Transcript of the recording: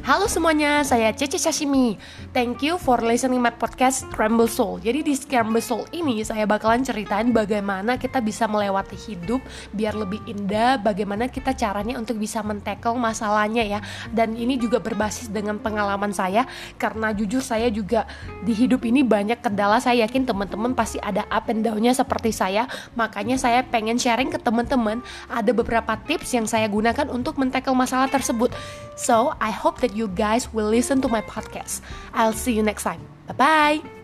Halo semuanya, saya Cece Sashimi. Thank you for listening my podcast Scramble Soul. Jadi di Scramble Soul ini saya bakalan ceritain bagaimana kita bisa melewati hidup biar lebih indah, bagaimana kita caranya untuk bisa men-tackle masalahnya ya. Dan ini juga berbasis dengan pengalaman saya, karena jujur saya juga di hidup ini banyak kendala. Saya yakin teman-teman pasti ada up and down-nya seperti saya. Makanya saya pengen sharing ke teman-teman ada beberapa tips yang saya gunakan untuk men-tackle masalah tersebut. So, I hope that you guys will listen to my podcast. I'll see you next time. Bye-bye.